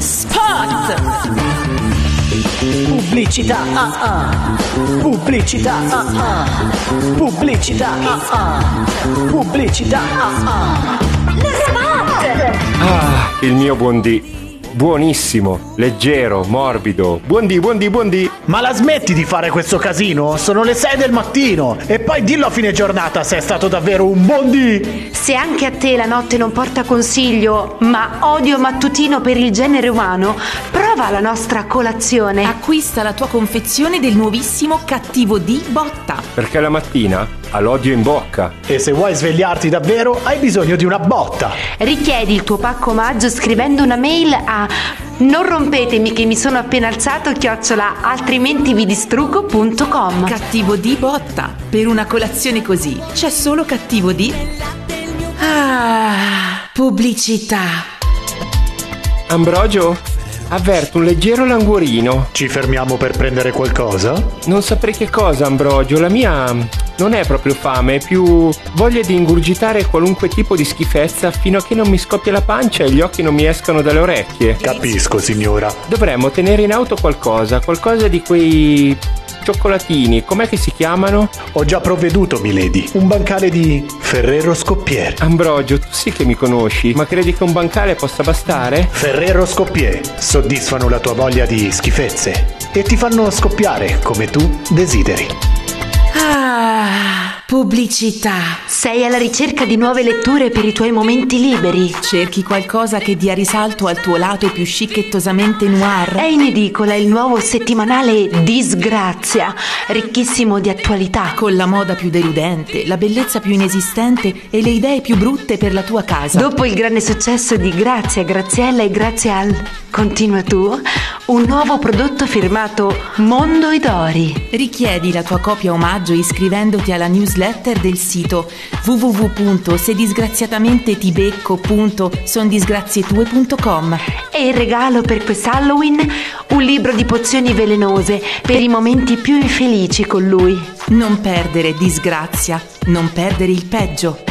Spot! Pubblicità, pubblicità, pubblicità, pubblicità, Ah, il mio buondì. Buonissimo, leggero, morbido. Buondì. Ma la smetti di fare questo casino? Sono le 6 del mattino. E poi dillo a fine giornata se è stato davvero un buondì. Se anche a te la notte non porta consiglio, ma odio mattutino per il genere umano, prova la nostra colazione. Acquista la tua confezione del nuovissimo Cattivo D Botta. Perché la mattina ha l'odio in bocca. E se vuoi svegliarti davvero, hai bisogno di una botta. Richiedi il tuo pacco omaggio scrivendo una mail a non rompetemi che mi sono appena alzato @altrimentividistruggo.com. Cattivo D Botta. Per una colazione così c'è solo Cattivo D. Pubblicità. Ambrogio, avverto un leggero languorino. Ci fermiamo per prendere qualcosa? Non saprei che cosa, Ambrogio. La mia non è proprio fame, è più voglia di ingurgitare qualunque tipo di schifezza fino a che non mi scoppia la pancia e gli occhi non mi escano dalle orecchie. Capisco, signora. Dovremmo tenere in auto qualcosa di quei cioccolatini, com'è che si chiamano? Ho già provveduto, milady. Un bancale di Ferrero Scoppier. Ambrogio, tu sì che mi conosci, ma credi che un bancale possa bastare? Ferrero Scoppier soddisfano la tua voglia di schifezze e ti fanno scoppiare come tu desideri. Pubblicità. Sei alla ricerca di nuove letture per i tuoi momenti liberi? Cerchi qualcosa che dia risalto al tuo lato più scicchettosamente noir? È in edicola il nuovo settimanale Disgrazia, ricchissimo di attualità. Con la moda più deludente, la bellezza più inesistente e le idee più brutte per la tua casa. Dopo il grande successo di Grazia, Graziella e grazie al Continua tu, un nuovo prodotto firmato Mondo Idori. Richiedi la tua copia omaggio iscrivendoti alla newsletter del sito www.sedisgraziatamente.sondisgrazietue.com. E il regalo per quest'Halloween? Un libro di pozioni velenose per i momenti più infelici con lui. Non perdere Disgrazia, non perdere il peggio.